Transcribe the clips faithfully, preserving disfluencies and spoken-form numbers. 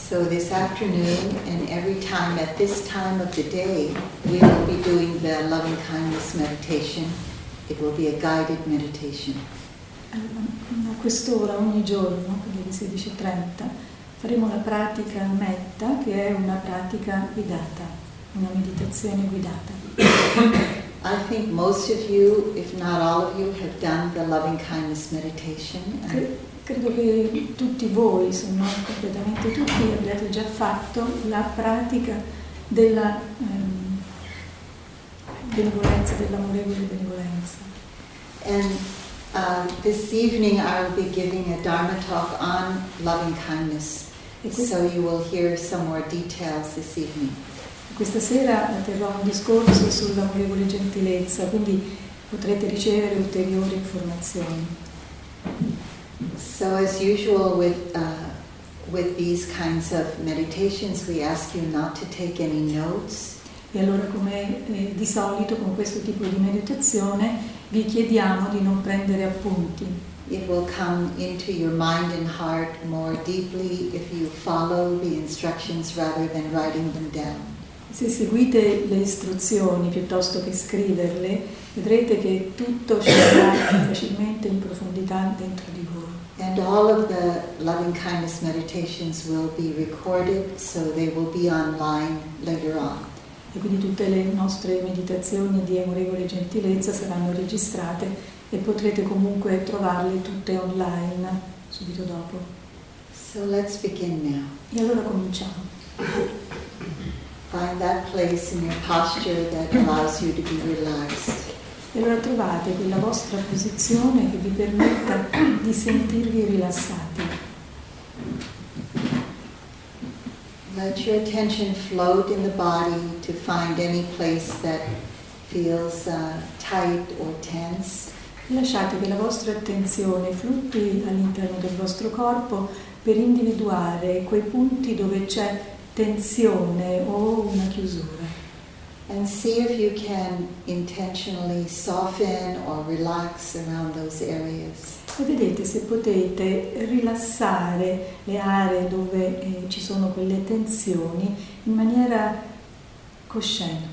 So this afternoon and every time at this time of the day, we will be doing the loving kindness meditation. It will be a guided meditation. A quest'ora ogni giorno, quindi alle sedici e trenta, faremo la pratica metta, che è una pratica guidata, una meditazione guidata. I think most of you, if not all of you, have done the loving kindness meditation. Cre- credo che tutti voi, se non completamente tutti, abbiate già fatto la pratica della ehm, benevolenza, dell'amorevole benevolenza. And uh, this evening I will be giving a Dharma talk on loving kindness. So you will hear some more details this evening. Questa sera terrò un discorso sull'amorevole gentilezza, quindi potrete ricevere ulteriori informazioni. So as usual with uh, with these kinds of meditations, we ask you not to take any notes. E allora, come eh, di solito con questo tipo di meditazione, vi chiediamo di non prendere appunti. It will come into your mind and heart more deeply if you follow the instructions rather than writing them down. Se seguite le istruzioni piuttosto che scriverle, vedrete che tutto scenderà facilmente in profondità dentro di voi. And all of the loving kindness meditations will be recorded, so they will be online later on. E quindi tutte le nostre meditazioni di amorevole gentilezza saranno registrate e potrete comunque trovarle tutte online subito dopo. So let's begin now. E allora cominciamo. Find that place in your posture that allows you to be relaxed. E allora trovate quella vostra posizione che vi permetta di sentirvi rilassati. Let your attention float in the body to find any place that feels uh, tight or tense. Lasciate che la vostra attenzione flutti all'interno del vostro corpo per individuare quei punti dove c'è tensione o una chiusura. And see if you can intentionally soften or relax around those areas. E vedete se potete rilassare le aree dove eh, ci sono quelle tensioni in maniera cosciente.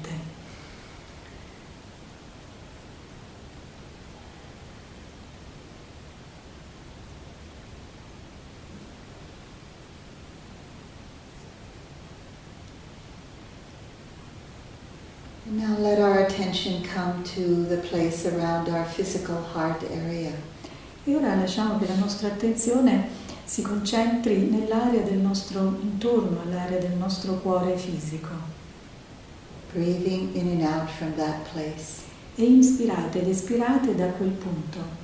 Now let our attention come to the place around our physical heart area. E ora lasciamo che la nostra attenzione si concentri nell'area del nostro intorno, all'area del nostro cuore fisico. Breathing in and out from that place. E inspirate ed espirate da quel punto.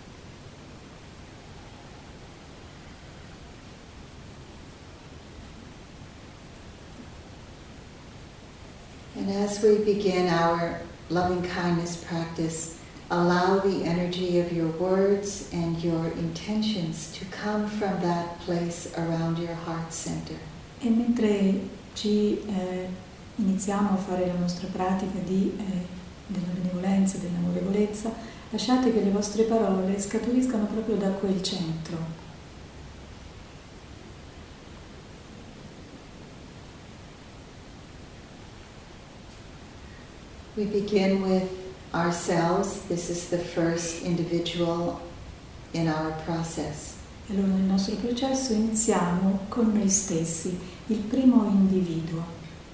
And as we begin our loving kindness practice, allow the energy of your words and your intentions to come from that place around your heart center. E mentre ci eh, iniziamo a fare la nostra pratica di, eh, della benevolenza, dell'amorevolezza, lasciate che le vostre parole scaturiscano proprio da quel centro. We begin with ourselves. This is the first individual in our process. E allora nel nostro processo iniziamo con noi stessi, il primo individuo.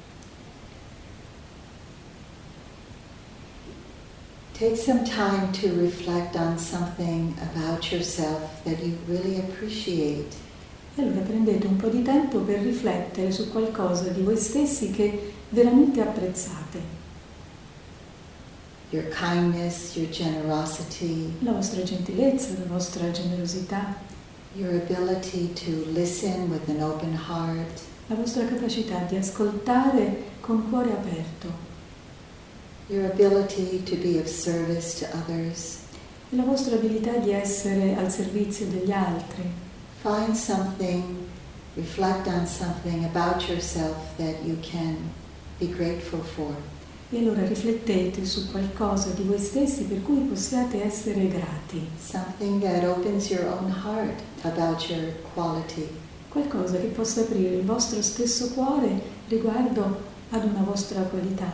Take some time to reflect on something about yourself that you really appreciate. E allora prendete un po' di tempo per riflettere su qualcosa di voi stessi che veramente apprezzate. Your kindness, your generosity, La vostra gentilezza, la vostra generosità, your ability to listen with an open heart, la vostra capacità di ascoltare con cuore aperto, your ability to be of service to others. e la vostra abilità di essere al servizio degli altri. Find something, reflect on something about yourself that you can be grateful for. E allora riflettete su qualcosa di voi stessi per cui possiate essere grati. Something that opens your own heart about your quality. qualcosa che possa aprire il vostro stesso cuore riguardo ad una vostra qualità.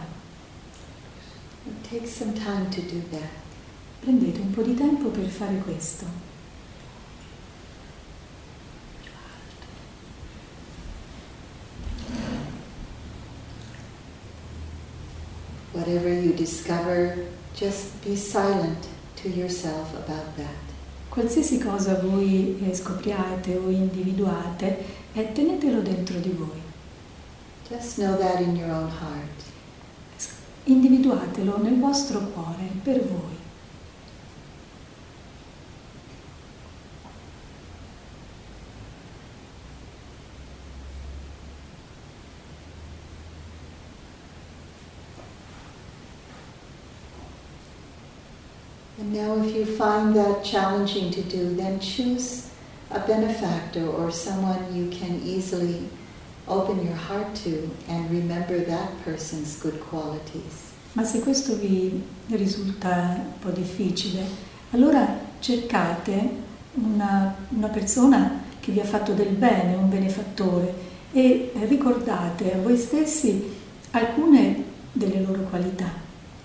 Take some time to do that. Prendete un po' di tempo per fare questo. Whatever you discover, just be silent to yourself about that. Qualsiasi cosa voi eh, scopriate o individuate, eh, tenetelo dentro di voi. Just know that in your own heart. Individuatelo nel vostro cuore, per voi. And now if you find that challenging to do, then choose a benefactor or someone you can easily open your heart to and remember that person's good qualities. Ma se questo vi risulta un po' difficile, allora cercate una, una persona che vi ha fatto del bene, un benefattore, e ricordate a voi stessi alcune delle loro qualità.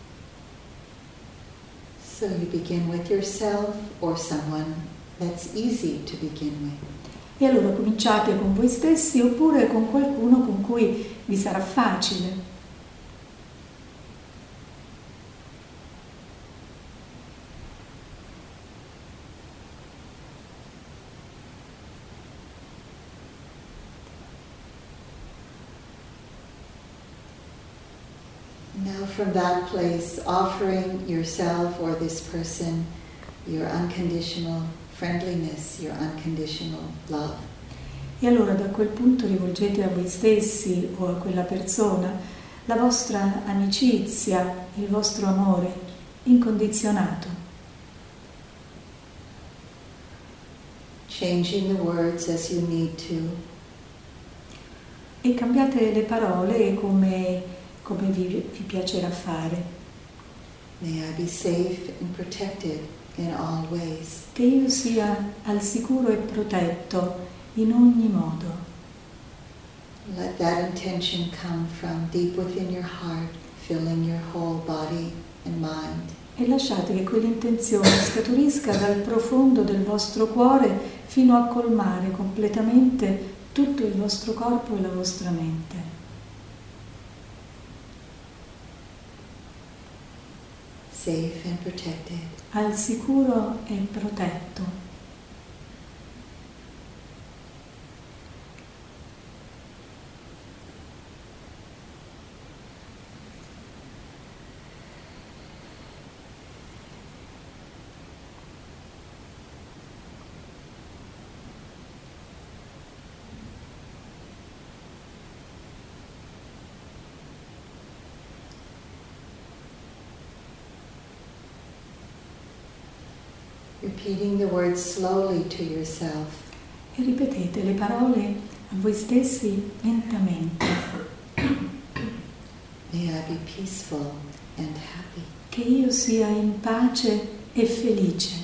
So you begin with yourself or someone that's easy to begin with. E allora cominciate con voi stessi oppure con qualcuno con cui vi sarà facile. Now from that place, offering yourself or this person your unconditional friendliness, your unconditional love. E allora da quel punto rivolgete a voi stessi o a quella persona la vostra amicizia, il vostro amore incondizionato. Changing the words as you need to. E cambiate le parole come, come vi, vi piacerà fare. May I be safe and protected in all ways. Che io sia al sicuro e protetto in ogni modo. Let that intention come from deep within your heart, filling your whole body and mind. E lasciate che quell'intenzione scaturisca dal profondo del vostro cuore fino a colmare completamente tutto il vostro corpo e la vostra mente. Safe and protected. Al sicuro e protetto. Repeating the words slowly to yourself. E ripetete le parole a voi stessi lentamente. May I be peaceful and happy. Che io sia in pace e felice.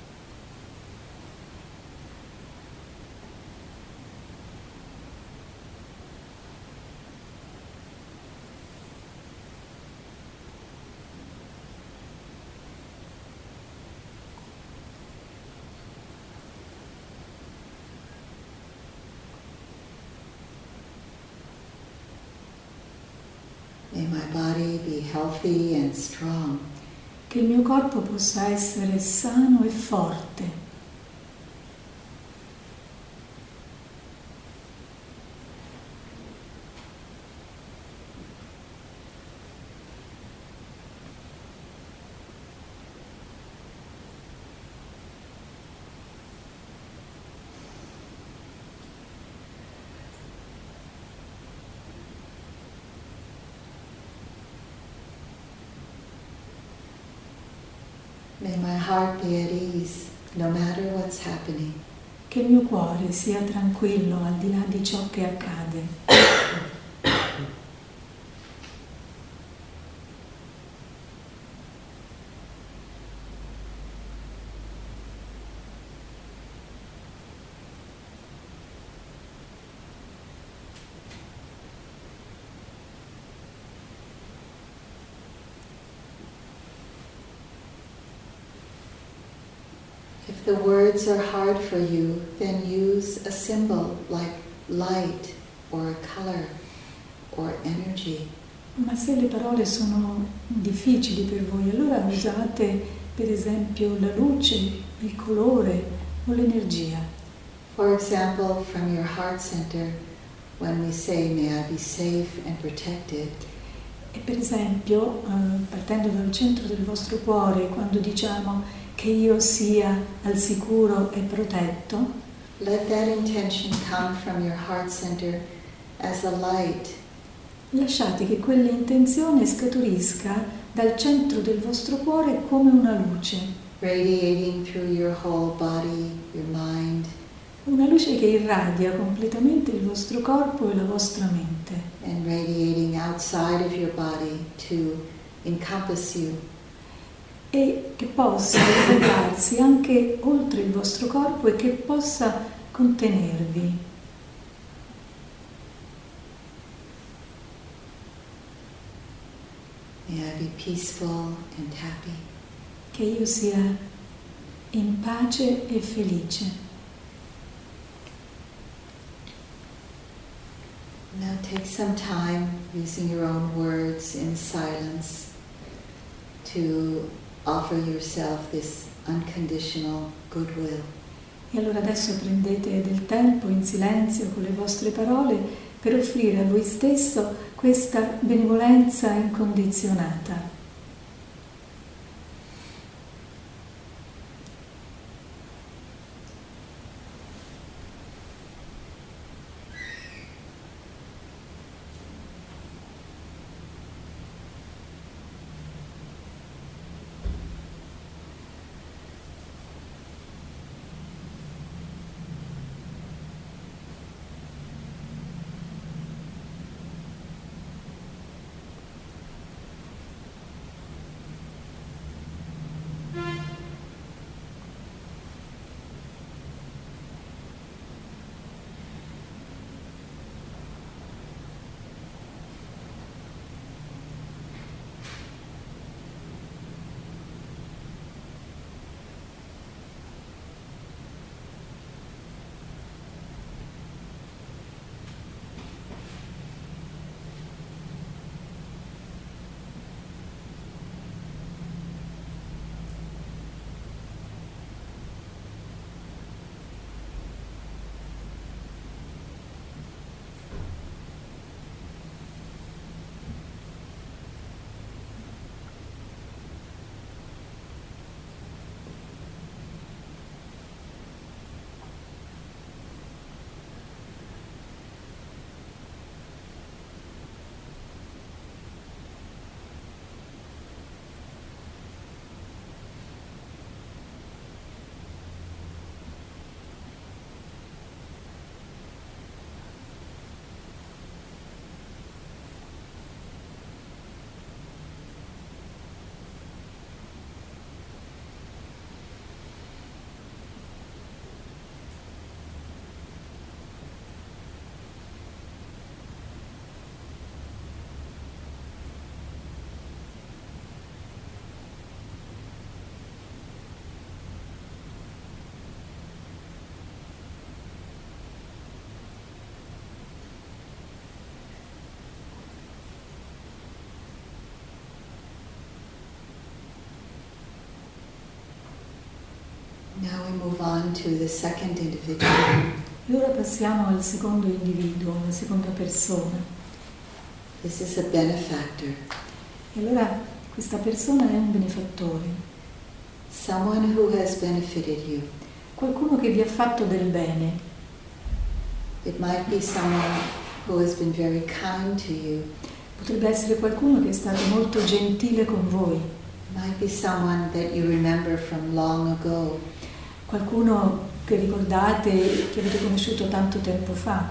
May my body be healthy and strong. Che il mio corpo possa essere sano e forte. May my heart be at ease, no matter what's happening. Che il mio cuore sia tranquillo al di là di ciò che accade. the words are hard for you, then use a symbol like light or a color or energy. Ma se le parole sono difficili per voi, allora usate per esempio la luce, il colore o l'energia. For example, from your heart center, when we say, may I be safe and protected. E per esempio, eh, partendo dal centro del vostro cuore, quando diciamo che io sia al sicuro e protetto, let that intention come from your heart center as a light. Lasciate che quell'intenzione scaturisca dal centro del vostro cuore come una luce. Radiating through your whole body, your mind. Una luce che irradia completamente il vostro corpo e la vostra mente. And radiating outside of your body to encompass you. E che possa irradiarsi anche oltre il vostro corpo e che possa contenervi. May I be peaceful and happy. Che io sia in pace e felice. Now take some time using your own words in silence to offer yourself this unconditional goodwill. E allora adesso prendete del tempo in silenzio con le vostre parole per offrire a voi stesso questa benevolenza incondizionata. Now we move on to the second individual. E ora passiamo al secondo individuo, alla seconda persona. This is a benefactor. E allora questa persona è un benefattore. Someone who has benefited you. Qualcuno che vi ha fatto del bene. It might be someone who has been very kind to you. Potrebbe essere qualcuno che è stato molto gentile con voi. It might be someone that you remember from long ago. Qualcuno che ricordate, che avete conosciuto tanto tempo fa.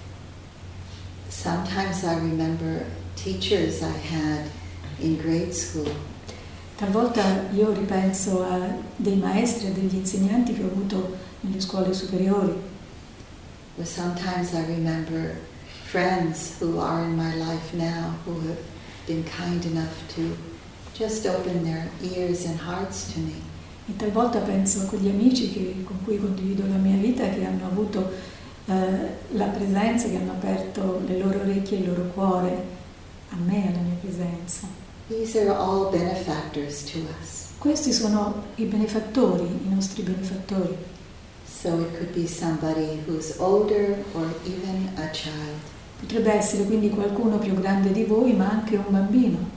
Sometimes I remember teachers I had in grade school. Talvolta io ripenso a dei maestri e degli insegnanti che ho avuto nelle scuole superiori. Or sometimes I remember friends who are in my life now who have been kind enough to just open their ears and hearts to me. E talvolta penso a quegli amici che, con cui condivido la mia vita, che hanno avuto eh, la presenza, che hanno aperto le loro orecchie e il loro cuore a me, alla mia presenza. These are all benefactors to us. Questi sono i benefattori, i nostri benefattori. So it could be somebody who's older or even a child. Potrebbe essere quindi qualcuno più grande di voi, ma anche un bambino.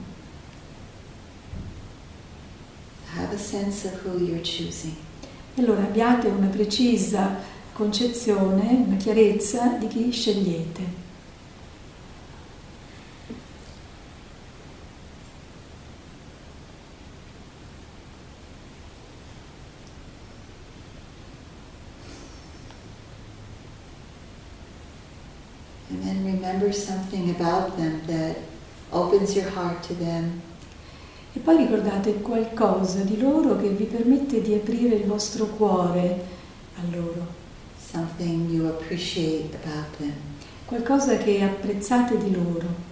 Have a sense of who you're choosing. Allora abbiate una precisa concezione, una chiarezza di chi scegliete. And then remember something about them that opens your heart to them. E poi ricordate qualcosa di loro che vi permette di aprire il vostro cuore a loro. Something you appreciate about them. Qualcosa che apprezzate di loro.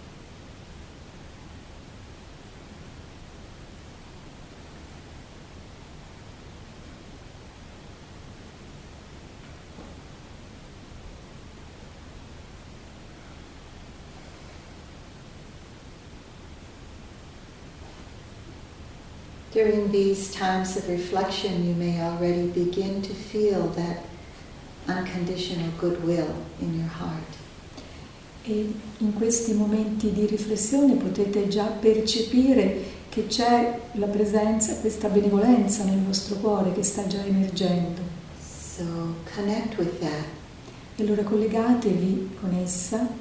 During these times of reflection, you may already begin to feel that unconditional goodwill in your heart. E in questi momenti di riflessione potete già percepire che c'è la presenza, questa benevolenza nel vostro cuore che sta già emergendo. So connect with that. E allora collegatevi con essa.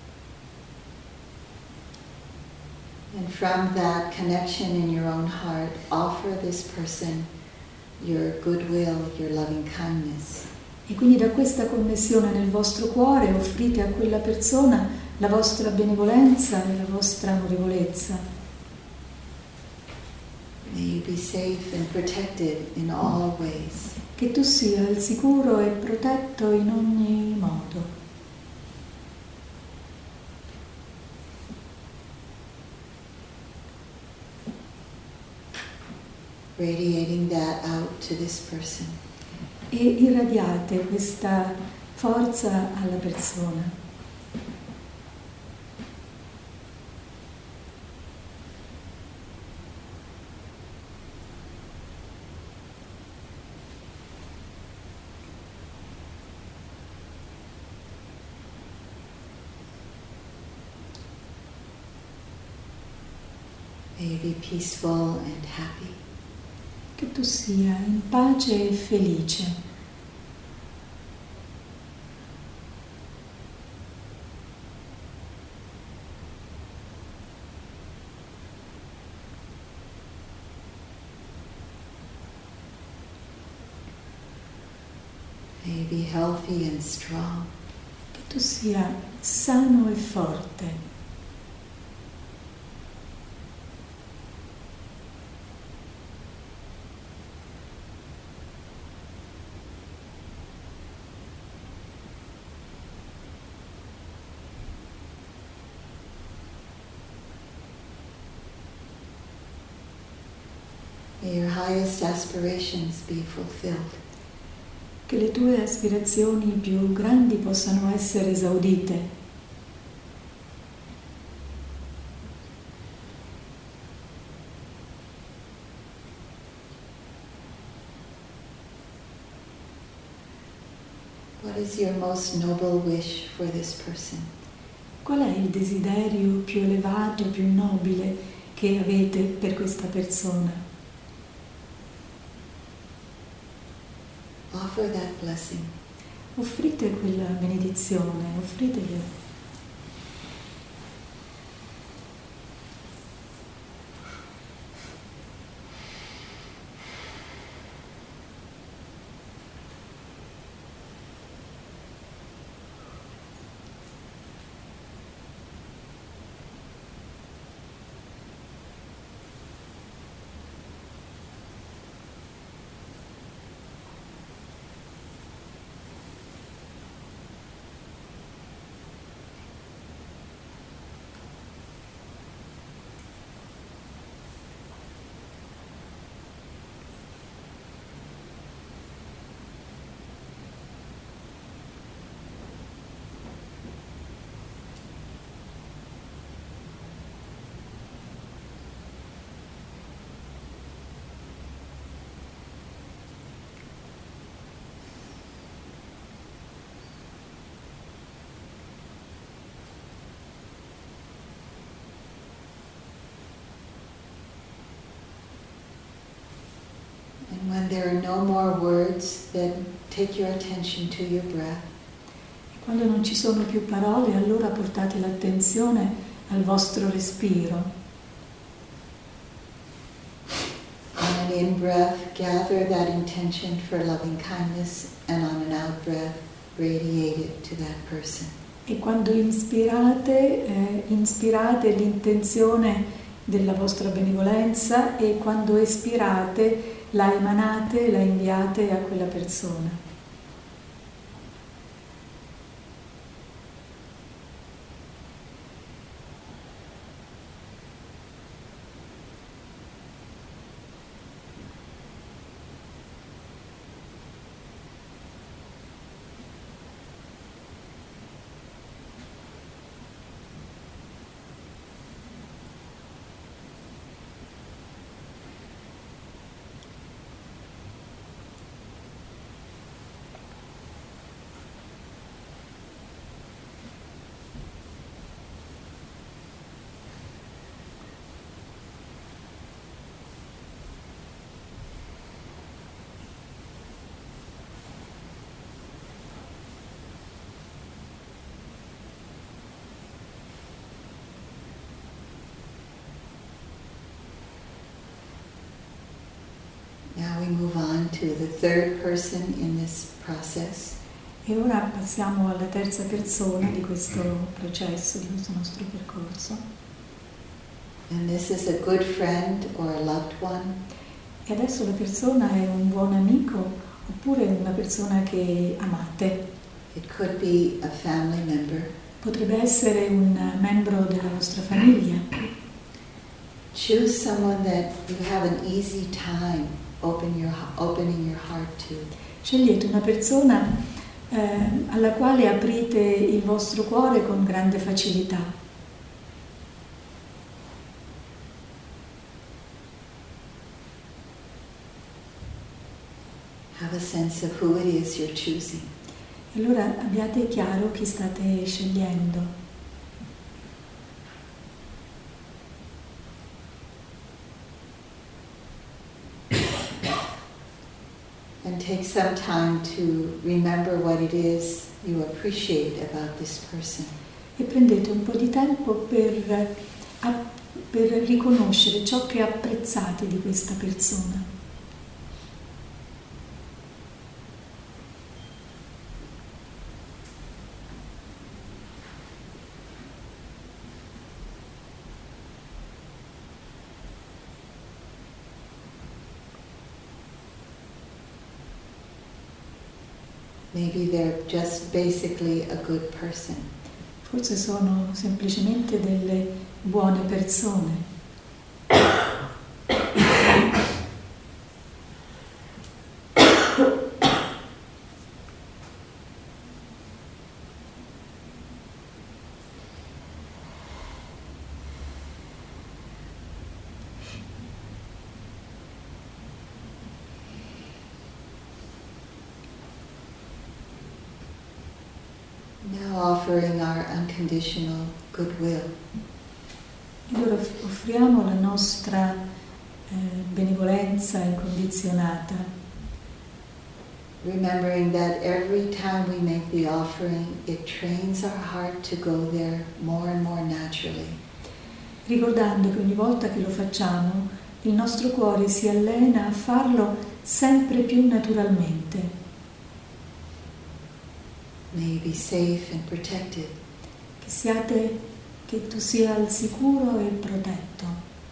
And from that connection in your own heart, offer this person your goodwill, your loving kindness. E quindi da questa connessione nel vostro cuore offrite a quella persona la vostra benevolenza e la vostra amorevolezza. May you be safe and protected in all ways. Che tu sia al sicuro e protetto in ogni modo. Radiating that out to this person. E irradiate questa forza alla persona. May you be peaceful and happy. Che tu sia in pace e felice. May you be healthy and strong. Che tu sia sano e forte. May your highest aspirations be fulfilled. Che le tue aspirazioni più grandi possano essere esaudite. What is your most noble wish for this person? Qual è il desiderio più elevato, più nobile che avete per questa persona? Offer that blessing. Offrite quella benedizione, offritele. And when there are no more words, then take your attention to your breath. E quando non ci sono più parole, allora portate l'attenzione al vostro respiro. On an in-breath, gather that intention for loving kindness, and on an out-breath, radiate it to that person. E quando inspirate, eh, inspirate l'intenzione della vostra benevolenza e quando espirate la emanate, la inviate a quella persona. Now we move on to the third person in this process. E ora passiamo alla terza persona di questo processo, di questo nostro percorso. And this is a good friend or a loved one. E adesso la persona è un buon amico oppure una persona che amate. It could be a family member. Potrebbe essere un membro della vostra famiglia. Choose someone that you have an easy time open your, opening your heart to. Scegliete una persona eh, alla quale aprite il vostro cuore con grande facilità. Have a sense of who it is you're choosing. Allora abbiate chiaro chi state scegliendo. And take some time to remember what it is you appreciate about this person. E prendete un po' di tempo per, per riconoscere ciò che apprezzate di questa persona. Maybe they're just basically a good person. Forse sono semplicemente delle buone persone. Now offering our unconditional goodwill. Allora offriamo la nostra eh, benevolenza incondizionata. Remembering that every time we make the offering, it trains our heart to go there more and more naturally. Ricordando che ogni volta che lo facciamo, il nostro cuore si allena a farlo sempre più naturalmente. May you be safe and protected. Che siate, che tu sia al sicuro e protetto.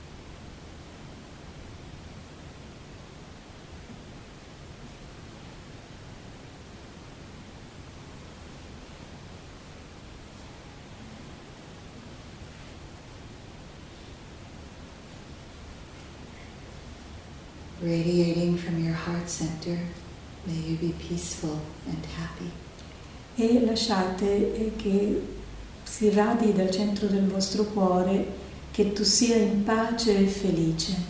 Radiating from your heart center, may you be peaceful and happy. E lasciate che si irradi dal centro del vostro cuore, che tu sia in pace e felice.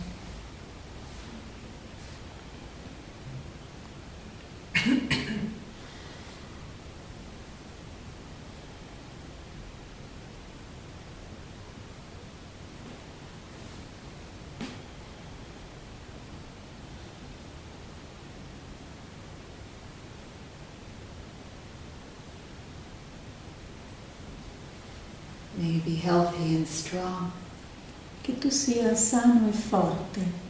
May you be healthy and strong. Che tu sia sano e forte.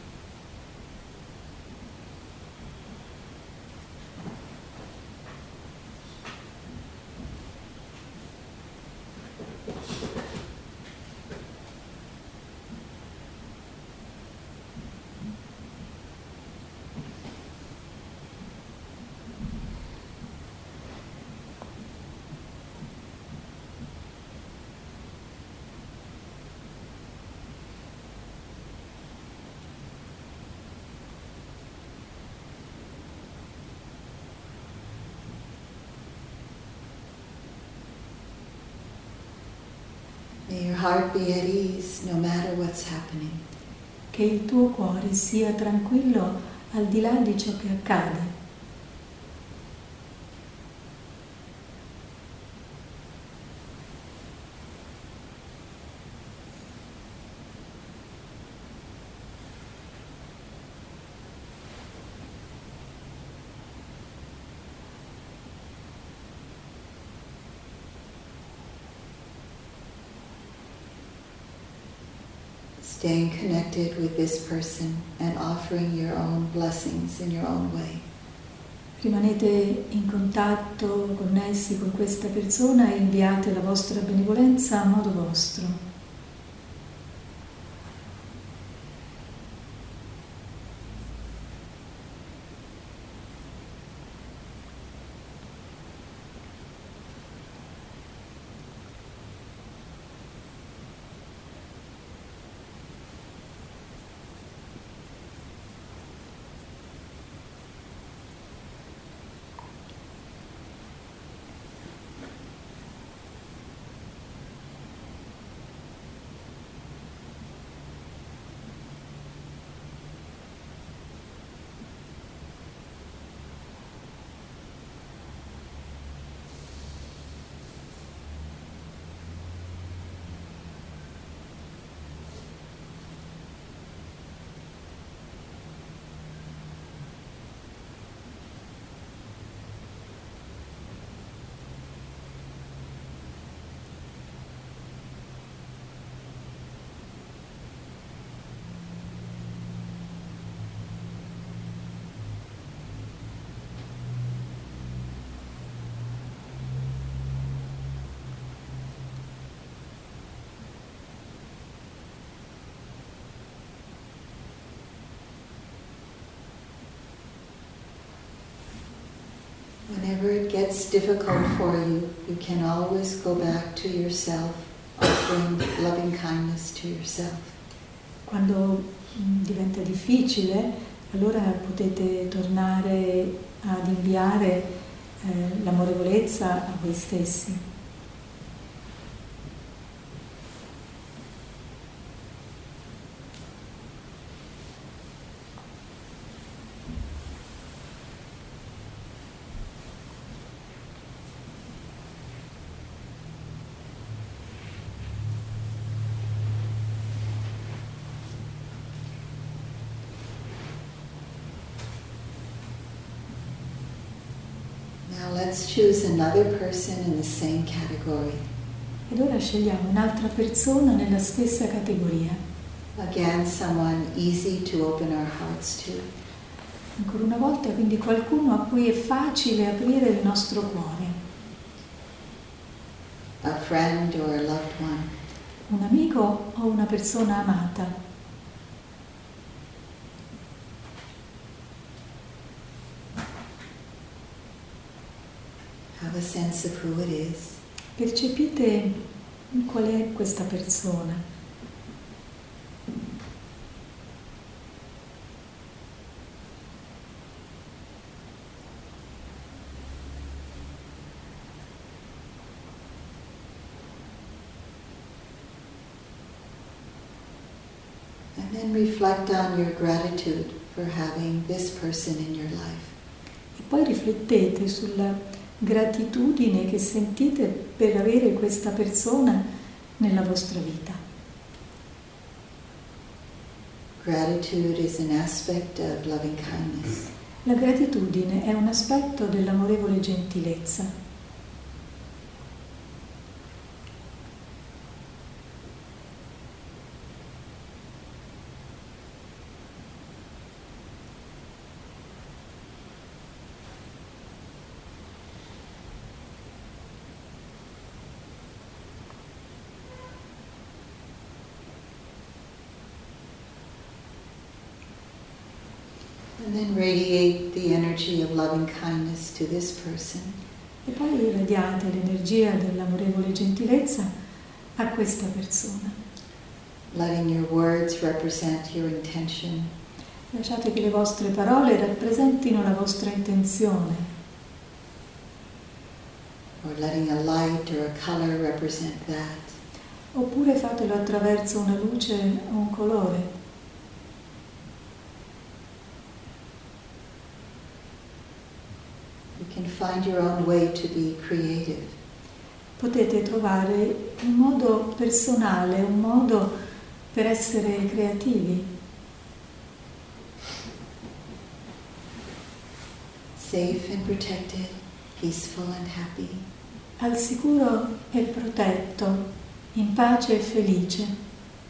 May your heart be at ease no matter what's happening. Che il tuo cuore sia tranquillo al di là di ciò che accade. Staying connected with this person and offering your own blessings in your own way. Rimanete in contatto, connessi con questa persona e inviate la vostra benevolenza a modo vostro. Whenever it gets difficult for you, you can always go back to yourself, offering loving kindness to yourself. Quando mh, diventa difficile, allora potete tornare ad inviare eh, l'amorevolezza a voi stessi. Now let's choose another person in the same category. Ed ora scegliamo un'altra persona nella stessa categoria. Again, someone easy to open our hearts to. Ancora una volta, quindi qualcuno a cui è facile aprire il nostro cuore. A friend or a loved one. Un amico o una persona amata. Have a sense of who it is. Percepite qual è questa persona. And then reflect on your gratitude for having this person in your life. E poi riflettete sulla gratitudine che sentite per avere questa persona nella vostra vita. Gratitude is an aspect of loving kindness. La gratitudine è un aspetto dell'amorevole gentilezza. And then radiate the energy of loving kindness to this person. E poi irradiate l'energia dell'amorevole gentilezza a questa persona. Letting your words represent your intention. Lasciate che le vostre parole rappresentino la vostra intenzione. Or letting a light or a color represent that. Oppure fatelo attraverso una luce o un colore. You can find your own way to be creative. Potete trovare un modo personale, un modo per essere creativi. Safe and protected, peaceful and happy. Al sicuro e protetto, in pace e felice.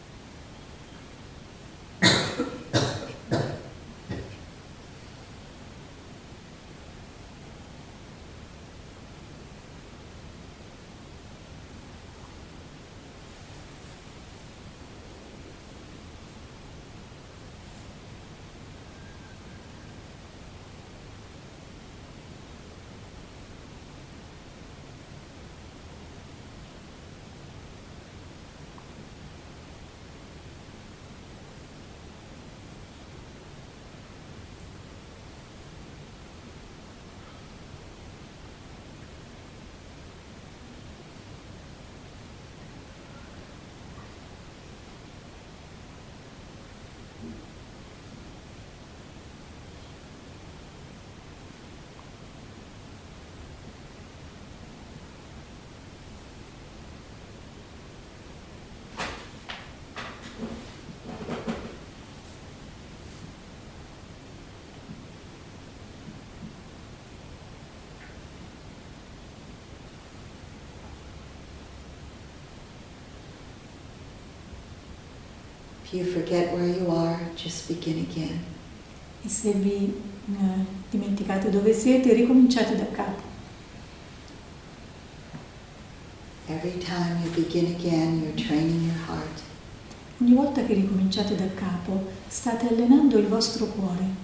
If you forget where you are, just begin again. E se vi eh, dimenticate dove siete, ricominciate da capo. Every time you begin again, you're training your heart. Ogni volta che ricominciate da capo, state allenando il vostro cuore.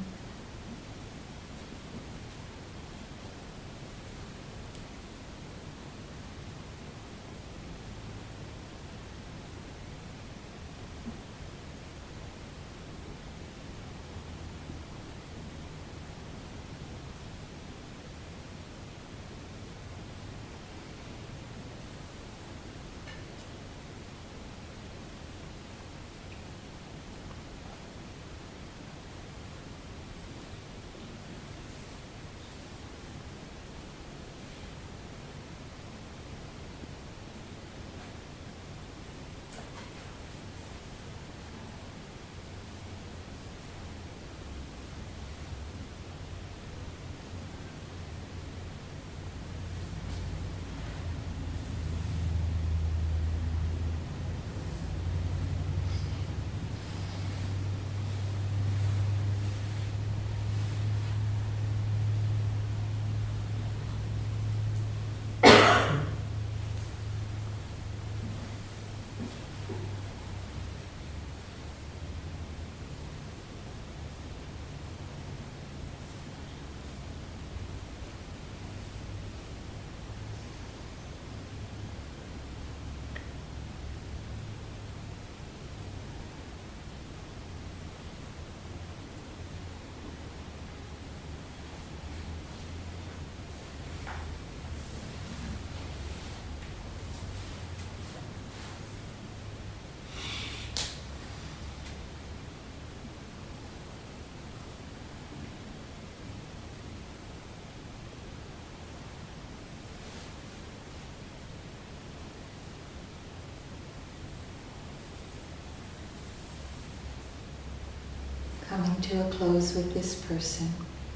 Coming to a close with this person.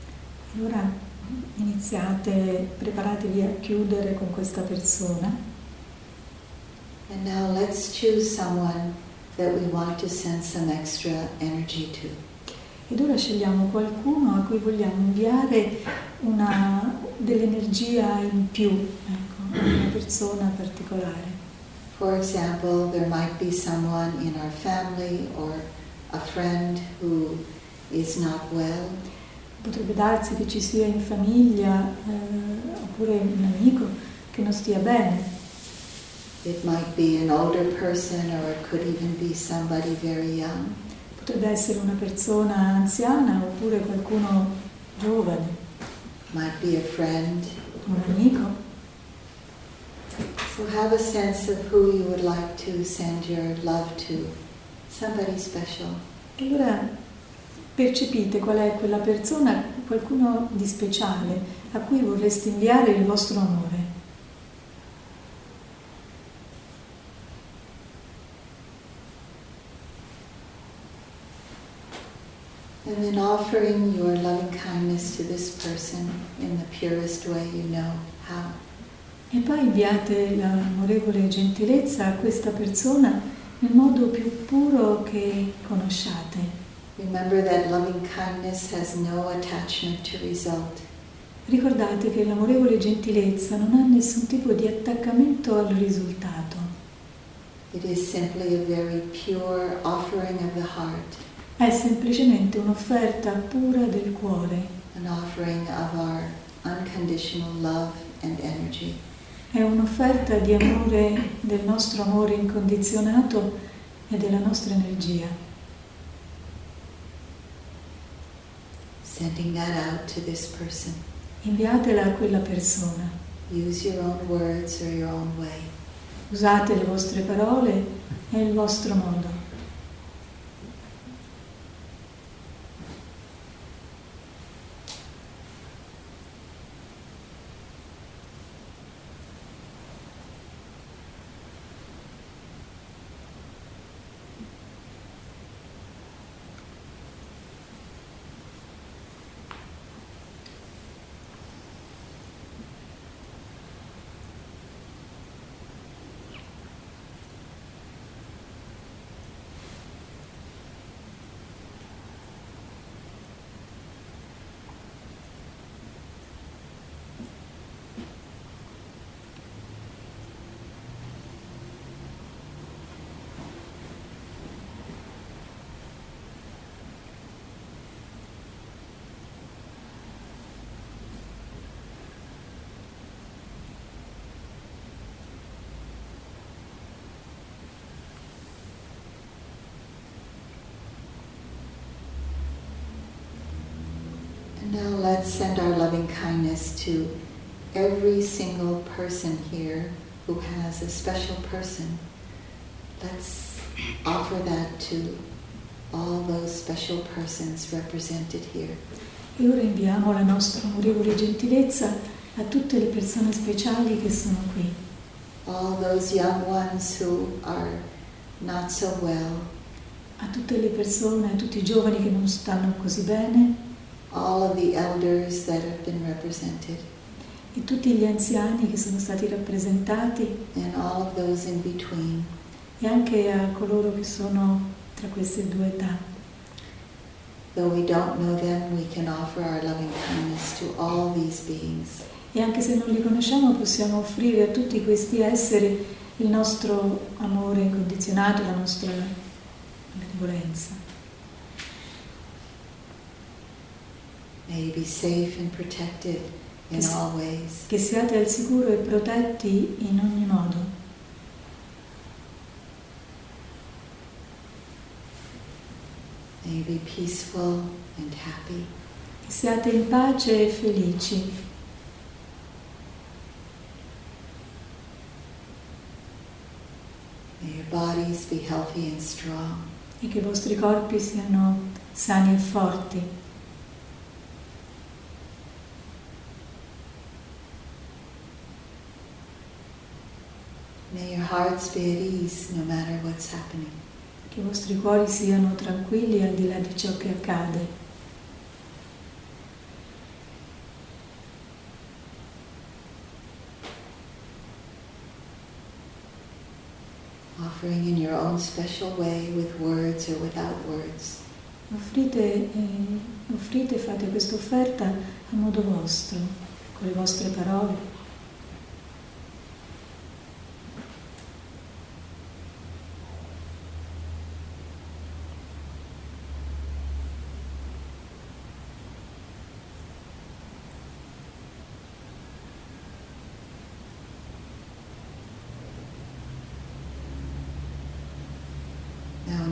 Allora iniziate, preparatevi a chiudere con questa persona. And now let's choose someone that we want to send some extra energy to. Ed ora scegliamo qualcuno a cui vogliamo inviare una, dell'energia in più, ecco, una persona particolare. For example, there might be someone in our family or a friend who is not well. Potrebbe darsi che ci sia in famiglia eh, oppure un amico che non stia bene. It might be an older person or it could even be somebody very young. Potrebbe essere una persona anziana oppure qualcuno giovane. Might be a friend. Un amico. So have a sense of who you would like to send your love to. Somebody special. E allora percepite qual è quella persona, qualcuno di speciale, a cui vorreste inviare il vostro amore. And then offering your loving kindness to this person in the purest way you know how. E poi inviate l'amorevole gentilezza a questa persona nel modo più puro che conosciate. Remember that loving kindness has no attachment to result. Ricordate che l'amorevole gentilezza non ha nessun tipo di attaccamento al risultato. It is simply a very pure offering of the heart. È semplicemente un'offerta pura del cuore. An offering of our unconditional love and energy. È un'offerta di amore, del nostro amore incondizionato e della nostra energia. Sending that out to this person. Inviatela a quella persona. Use your own words or your own way. Usate le vostre parole e il vostro modo. Now let's send our loving kindness to every single person here who has a special person. Let's offer that to all those special persons represented here. E ora inviamo la nostra amorevole gentilezza a tutte le persone speciali che sono qui. All those young ones who are not so well. A tutte le persone, a tutti i giovani che non stanno così bene. All of the elders that have been represented. E tutti gli anziani che sono stati rappresentati. And all of those in between. E anche a coloro che sono tra queste due età. Though we don't know them, we can offer our loving kindness to all these beings. E anche se non li conosciamo, possiamo offrire a tutti questi esseri il nostro amore incondizionato, la nostra benevolenza. May you be safe and protected in all ways. Che siate al sicuro e protetti in ogni modo. May you be peaceful and happy. Che siate in pace e felici. May your bodies be healthy and strong. E che i vostri corpi siano sani e forti. May your hearts be at ease no matter what's happening. Che i vostri cuori siano tranquilli al di là di ciò che accade. Offering in your own special way with words or without words. Offrite, eh, offrite e fate questa offerta a modo vostro, con le vostre parole.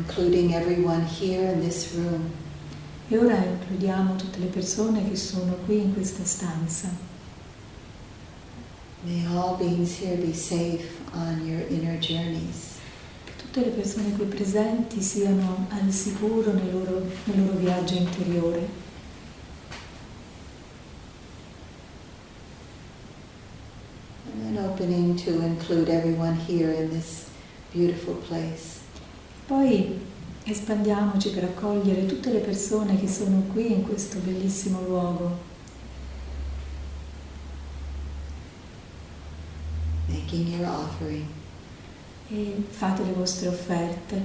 including everyone here in this room. E ora includiamo tutte le persone che sono qui in questa stanza. May all beings here be safe on your inner journeys. Che tutte le persone qui presenti siano al sicuro nel loro, nel loro viaggio interiore. And then opening to include everyone here in this beautiful place. Poi espandiamoci per accogliere tutte le persone che sono qui in questo bellissimo luogo. Making your offering. E fate le vostre offerte.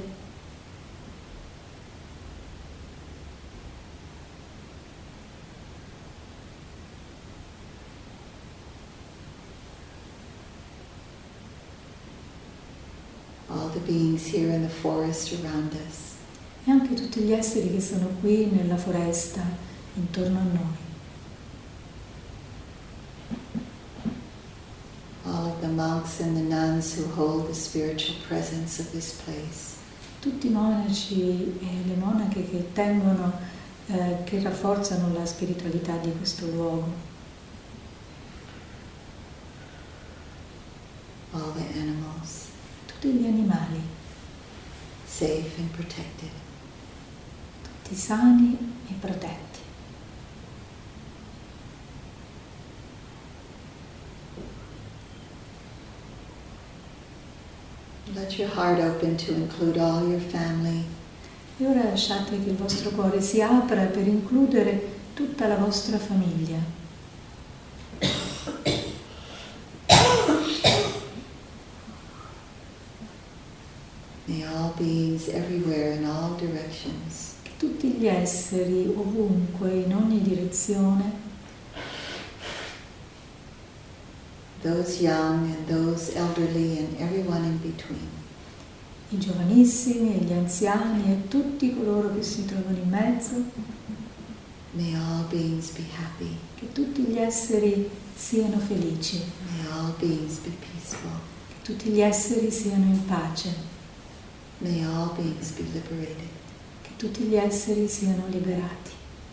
All the beings here in the forest around us. E anche tutti gli esseri che sono qui nella foresta intorno a noi. All of the monks and the nuns who hold the spiritual presence of this place. Tutti i monaci e le monache che tengono, eh, che rafforzano la spiritualità di questo luogo. All the animals. Tutti gli animali. Safe and protected. Tutti sani e protetti. Let your heart open to include all your family. E ora lasciate che il vostro cuore si apra per includere tutta la vostra famiglia. May all beings everywhere in all directions. Che tutti gli esseri ovunque, in ogni direzione, those young and those elderly and everyone in between. I giovanissimi e gli anziani e tutti coloro che si trovano in mezzo, May all beings be happy. che tutti gli esseri siano felici, May all beings be peaceful. che tutti gli esseri siano in pace, May all beings be liberated. che tutti gli esseri siano liberati.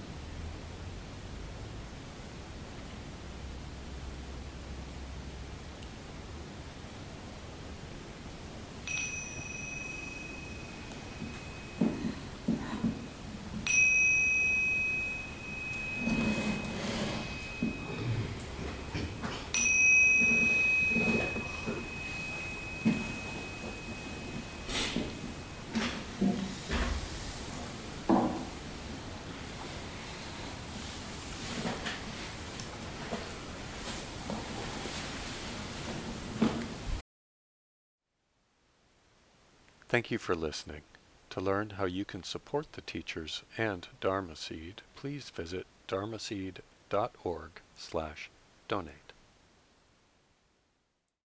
Thank you for listening. To learn how you can support the teachers and Dharma Seed, please visit dharmaseed dot org slash donate.